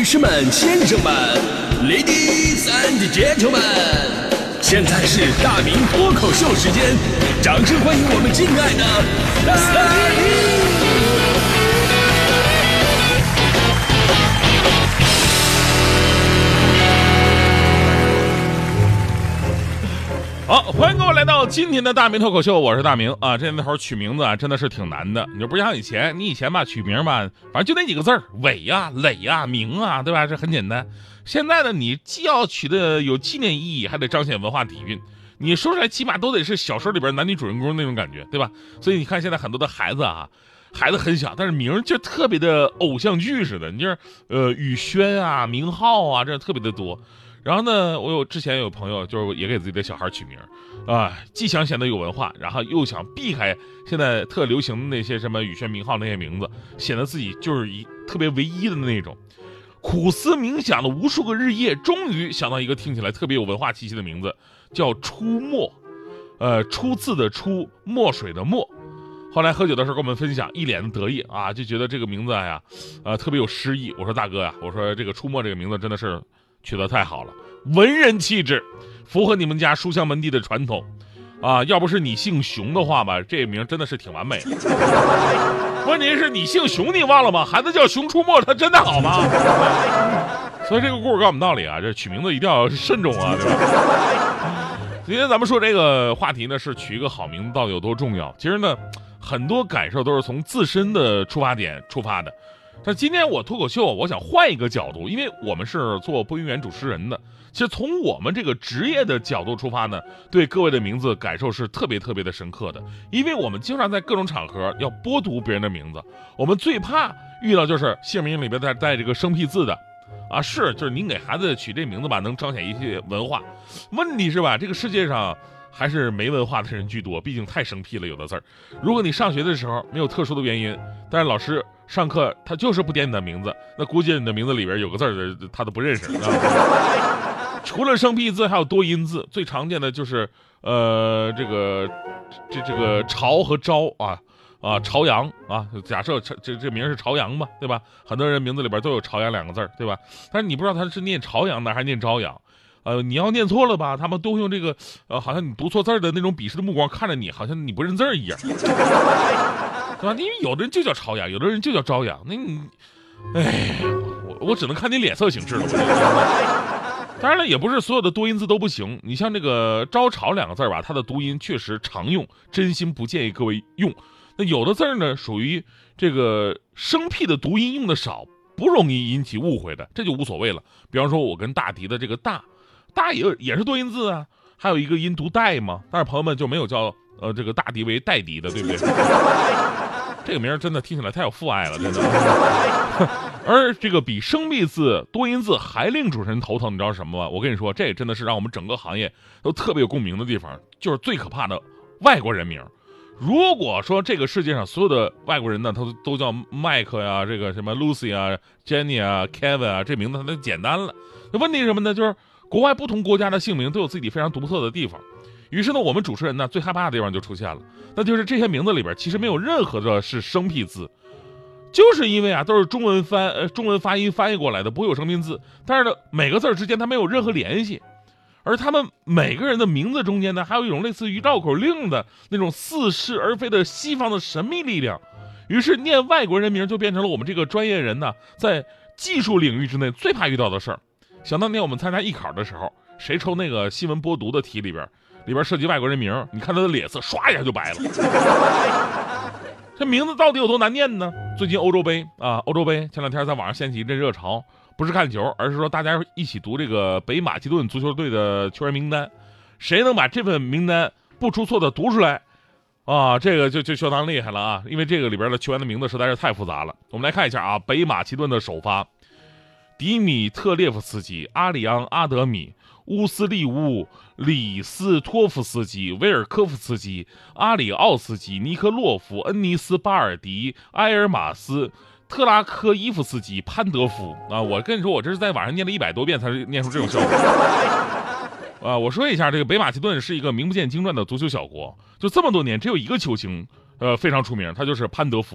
士们、先生们 ，Ladies and Gentlemen， 现在是大明脱口秀时间，掌声欢迎我们敬爱的大明！ 好，欢迎各位来到今天的大明脱口秀，我是大明啊。这年头取名字啊，真的是挺难的。你就不像以前，你以前吧取名吧，反正就那几个字儿，伟呀、磊呀、明啊，对吧？这很简单。现在呢，你既要取的有纪念意义，还得彰显文化底蕴。你说出来起码都得是小说里边男女主人公那种感觉，对吧？所以你看现在很多的孩子啊，孩子很小，但是名就特别的偶像剧似的。你就是宇轩啊、明浩啊，这特别的多。然后呢，之前有朋友就是也给自己的小孩取名啊，既想显得有文化，然后又想避开现在特流行的那些什么宇轩、明浩那些名字，显得自己就是特别唯一的那种。苦思冥想了无数个日夜，终于想到一个听起来特别有文化气息的名字，叫出没。出自的出，墨水的墨。后来喝酒的时候跟我们分享，一脸的得意啊，就觉得这个名字呀，特别有诗意。我说大哥呀，我说这个出没这个名字真的是取得太好了，文人气质，符合你们家书香门第的传统啊！要不是你姓熊的话吧，这名真的是挺完美的。问题是你姓熊，你忘了吗？孩子叫熊出没，他真的好吗？所以这个故事告诉我们道理啊，这取名字一定要慎重啊，对吧？今天咱们说这个话题呢，是取一个好名字到底有多重要？其实呢，很多感受都是从自身的出发点出发的。但今天我脱口秀，我想换一个角度，因为我们是做播音员主持人的，其实从我们这个职业的角度出发呢，对各位的名字感受是特别特别的深刻的，因为我们经常在各种场合要播读别人的名字，我们最怕遇到就是姓名里边带这个生僻字的啊，就是您给孩子取这名字吧，能彰显一些文化。问题是吧，这个世界上还是没文化的人居多，毕竟太生僻了，有的字儿。如果你上学的时候没有特殊的原因，但是老师上课他就是不点你的名字，那估计你的名字里边有个字儿他都不认识。除了生僻字，还有多音字，最常见的就是这个朝和朝啊，朝阳啊，假设这名是朝阳吧，对吧？很多人名字里边都有朝阳两个字，对吧？但是你不知道他是念朝阳呢还是念朝阳。你要念错了吧，他们都用这个好像你读错字的那种鄙视的目光看着你，好像你不认字一样，对吧？因为有的人就叫朝阳，有的人就叫朝阳，那你，我只能看你脸色行事了。当然了，也不是所有的多音字都不行。你像这个招潮两个字吧，它的读音确实常用，真心不建议各位用。那有的字呢，属于这个生僻的读音用的少，不容易引起误会的，这就无所谓了。比方说我跟大迪的这个大也是多音字啊，还有一个音读带嘛，但是朋友们就没有叫这个大迪为戴迪的，对不对？这个名真的听起来太有父爱了，真的。而这个比生僻字、多音字还令主持人头疼，你知道什么吗？我跟你说，这真的是让我们整个行业都特别有共鸣的地方，就是最可怕的外国人名。如果说这个世界上所有的外国人呢，他都叫麦克呀，这个什么 Lucy 啊、Jenny 啊、Kevin 啊，这名字它就简单了。那问题是什么呢？就是国外不同国家的姓名都有自己非常独特的地方。于是呢，我们主持人呢最害怕的地方就出现了，那就是这些名字里边其实没有任何的是生僻字，就是因为啊都是中文发音翻译过来的，不会有生僻字，但是呢每个字之间它没有任何联系。而他们每个人的名字中间呢，还有一种类似于绕口令的那种似是而非的西方的神秘力量。于是念外国人名就变成了我们这个专业人呢，在技术领域之内最怕遇到的事儿。想当年我们参加艺考的时候，谁抽那个新闻播读的题里边涉及外国人名，你看他的脸色唰一下就白了。这名字到底有多难念呢？最近欧洲杯前两天在网上掀起一阵热潮，不是看球，而是说大家一起读这个北马其顿足球队的球员名单，谁能把这份名单不出错的读出来啊？这个就相当厉害了啊！因为这个里边的球员的名字实在是太复杂了。我们来看一下啊，北马其顿的首发：迪米特列夫斯基、阿里昂·阿德米、乌斯利乌、里斯托夫斯基、维尔科夫斯基、阿里奥斯基、尼科洛夫、恩尼斯巴尔迪、埃尔马斯、特拉科伊夫斯基、潘德夫啊！我跟你说，我这是在网上念了100多遍才念出这种效果啊！我说一下，这个北马其顿是一个名不见经传的足球小国，就这么多年只有一个球星非常出名，他就是潘德夫。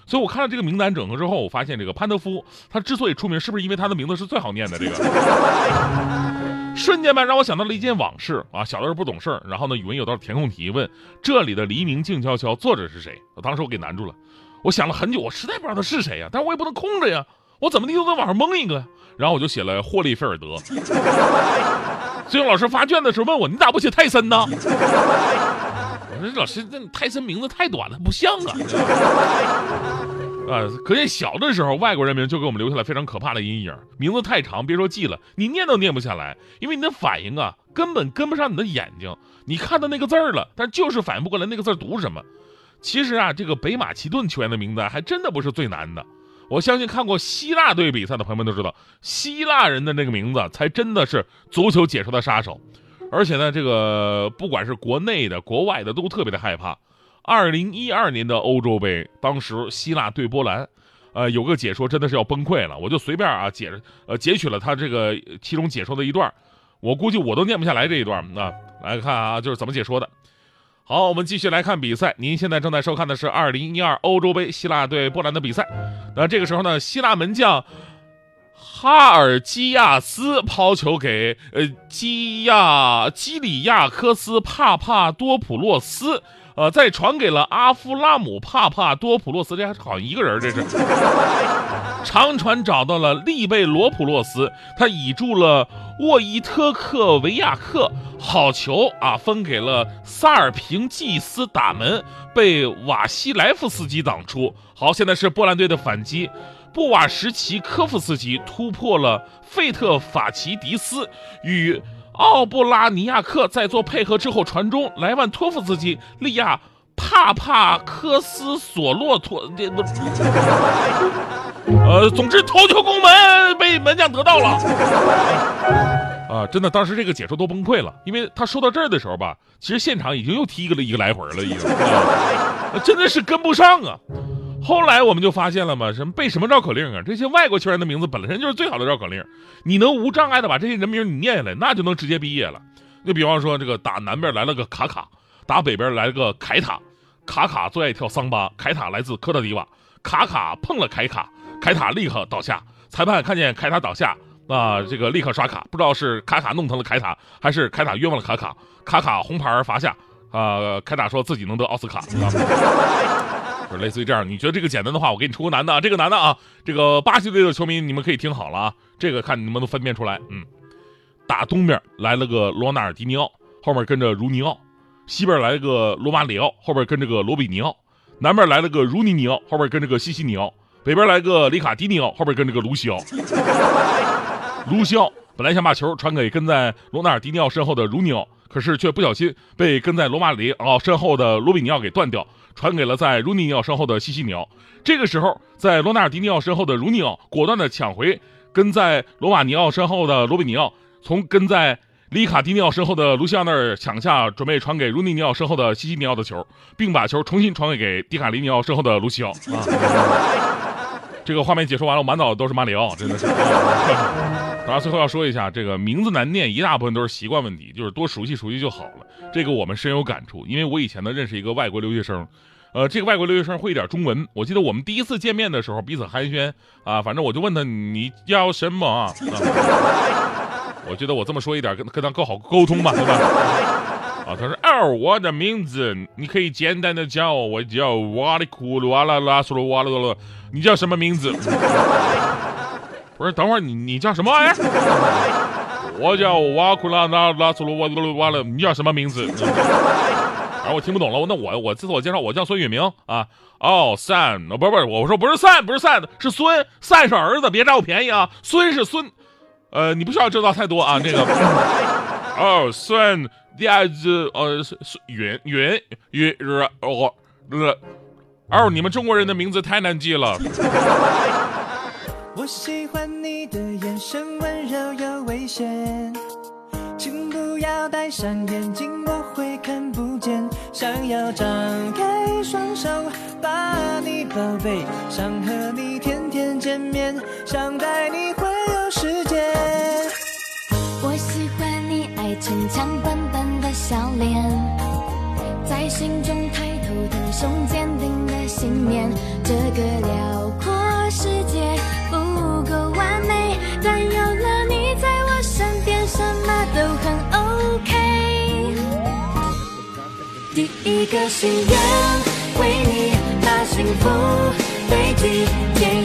所以我看了这个名单整个之后，我发现这个潘德夫他之所以出名，是不是因为他的名字是最好念的这个？瞬间吧，让我想到了一件往事啊！小的时候不懂事儿，然后呢，语文有道填空题问这里的黎明静悄悄，作者是谁？当时我给难住了，我想了很久，我实在不知道他是谁呀，但是我也不能空着呀，我怎么地都在网上蒙一个呀。然后我就写了霍利菲尔德。最后老师发卷的时候问我，你咋不写泰森呢？我说老师，这泰森名字太短了，不像啊。可见小的时候外国人名就给我们留下了非常可怕的阴影，名字太长，别说记了，你念都念不下来，因为你的反应啊根本跟不上你的眼睛，你看到那个字儿了，但就是反应不过来那个字读什么。其实啊，这个北马其顿球员的名字还真的不是最难的。我相信看过希腊队比赛的朋友们都知道，希腊人的那个名字才真的是足球解说的杀手。而且呢，这个不管是国内的国外的都特别的害怕。2012年的欧洲杯，当时希腊对波兰，有个解说真的是要崩溃了，我就随便啊截取了他这个其中解说的一段，我估计我都念不下来这一段啊。来看啊，就是怎么解说的。好，我们继续来看比赛。您现在正在收看的是2012欧洲杯希腊对波兰的比赛。那这个时候呢，希腊门将哈尔基亚斯抛球给基里亚科斯帕帕多普洛斯，再传给了阿夫拉姆帕帕多普洛斯，这还好像一个人，这是长传找到了利贝罗普洛斯，他倚住了沃伊特克维亚克，好球啊，分给了萨尔平季斯打门，被瓦西莱夫斯基挡出。好，现在是波兰队的反击，布瓦什奇科夫斯基突破了费特法奇迪斯，与奥布拉尼亚克在做配合之后传中，莱万托夫斯基利亚帕帕科斯索洛托，总之头球攻门被门将得到了。真的，当时这个解说都崩溃了，因为他说到这儿的时候吧，其实现场已经又踢了一个来回了，已经，真的是跟不上啊。后来我们就发现了嘛，背什么绕口令啊？这些外国球员的名字本身就是最好的绕口令，你能无障碍的把这些人名你念下来，那就能直接毕业了。就比方说，这个打南边来了个卡卡，打北边来了个凯塔，卡卡最爱跳桑巴，凯塔来自科特迪瓦，卡卡碰了凯卡，凯塔立刻倒下，裁判看见凯塔倒下，这个立刻刷卡，不知道是卡卡弄疼了凯塔，还是凯塔冤枉了卡卡，卡卡红牌罚下，凯塔说自己能得奥斯卡。就类似于这样，你觉得这个简单的话，我给你出个难的啊，这个难的啊，这个巴西队的球迷你们可以听好了啊，这个看你们能分辨出来。打东边来了个罗纳尔迪尼奥，后面跟着茹尼奥；西边来了个罗马里奥，后边跟着个罗比尼奥；南边来了个茹尼尼奥，后边跟着个西西尼奥；北边来个里卡迪尼奥，后边跟着个卢西奥。卢西奥本来想把球传给跟在罗纳尔迪尼奥身后的茹尼奥，可是却不小心被跟在罗马里奥身后的罗比尼奥给断掉，传给了在茹尼奥身后的西西尼奥。这个时候，在罗纳尔迪尼奥身后的茹尼奥果断的抢回跟在罗马尼奥身后的罗比尼奥，从跟在里卡迪尼奥身后的卢西奥那儿抢下，准备传给茹尼奥身后的西西尼奥的球，并把球重新传给迪卡里尼奥身后的卢西奥。这个画面解说完了，我满脑子都是马里奥，真的是。当然，最后要说一下，这个名字难念，一大部分都是习惯问题，就是多熟悉熟悉就好了。这个我们深有感触，因为我以前呢认识一个外国留学生，这个外国留学生会一点中文。我记得我们第一次见面的时候，彼此寒暄啊，反正我就问他你叫什么啊？我觉得我这么说一点跟他更好沟通吧，对吧？他说我的名字你可以简单的叫我叫瓦里库鲁瓦拉拉苏鲁瓦拉拉，你叫什么名字？不是，等会儿你叫什么玩意儿？我叫瓦库拉拉拉苏鲁瓦鲁瓦拉，你叫什么名字？然后我听不懂了，那我自我介绍，我叫孙宇明啊。Sam， 不是，我说不是 Sam， 不是 Sam， 是孙，Sam 是儿子，别占我便宜啊。孙是孙，你不需要知道太多啊。这个孙的儿子云，你们中国人的名字太难记了。 我喜欢你的眼神温柔又危险，请不要戴上眼镜，我会看不见。想要张开双手把你宝贝，想和你天天见面，想带你环游世界。 我喜欢你爱逞强笨笨的笑脸，在心中抬头的胸坚定的信念，这个辽阔世界不够完美，但有了你在我身边，什么都很 OK。 第一个心愿，为你把幸福堆积，天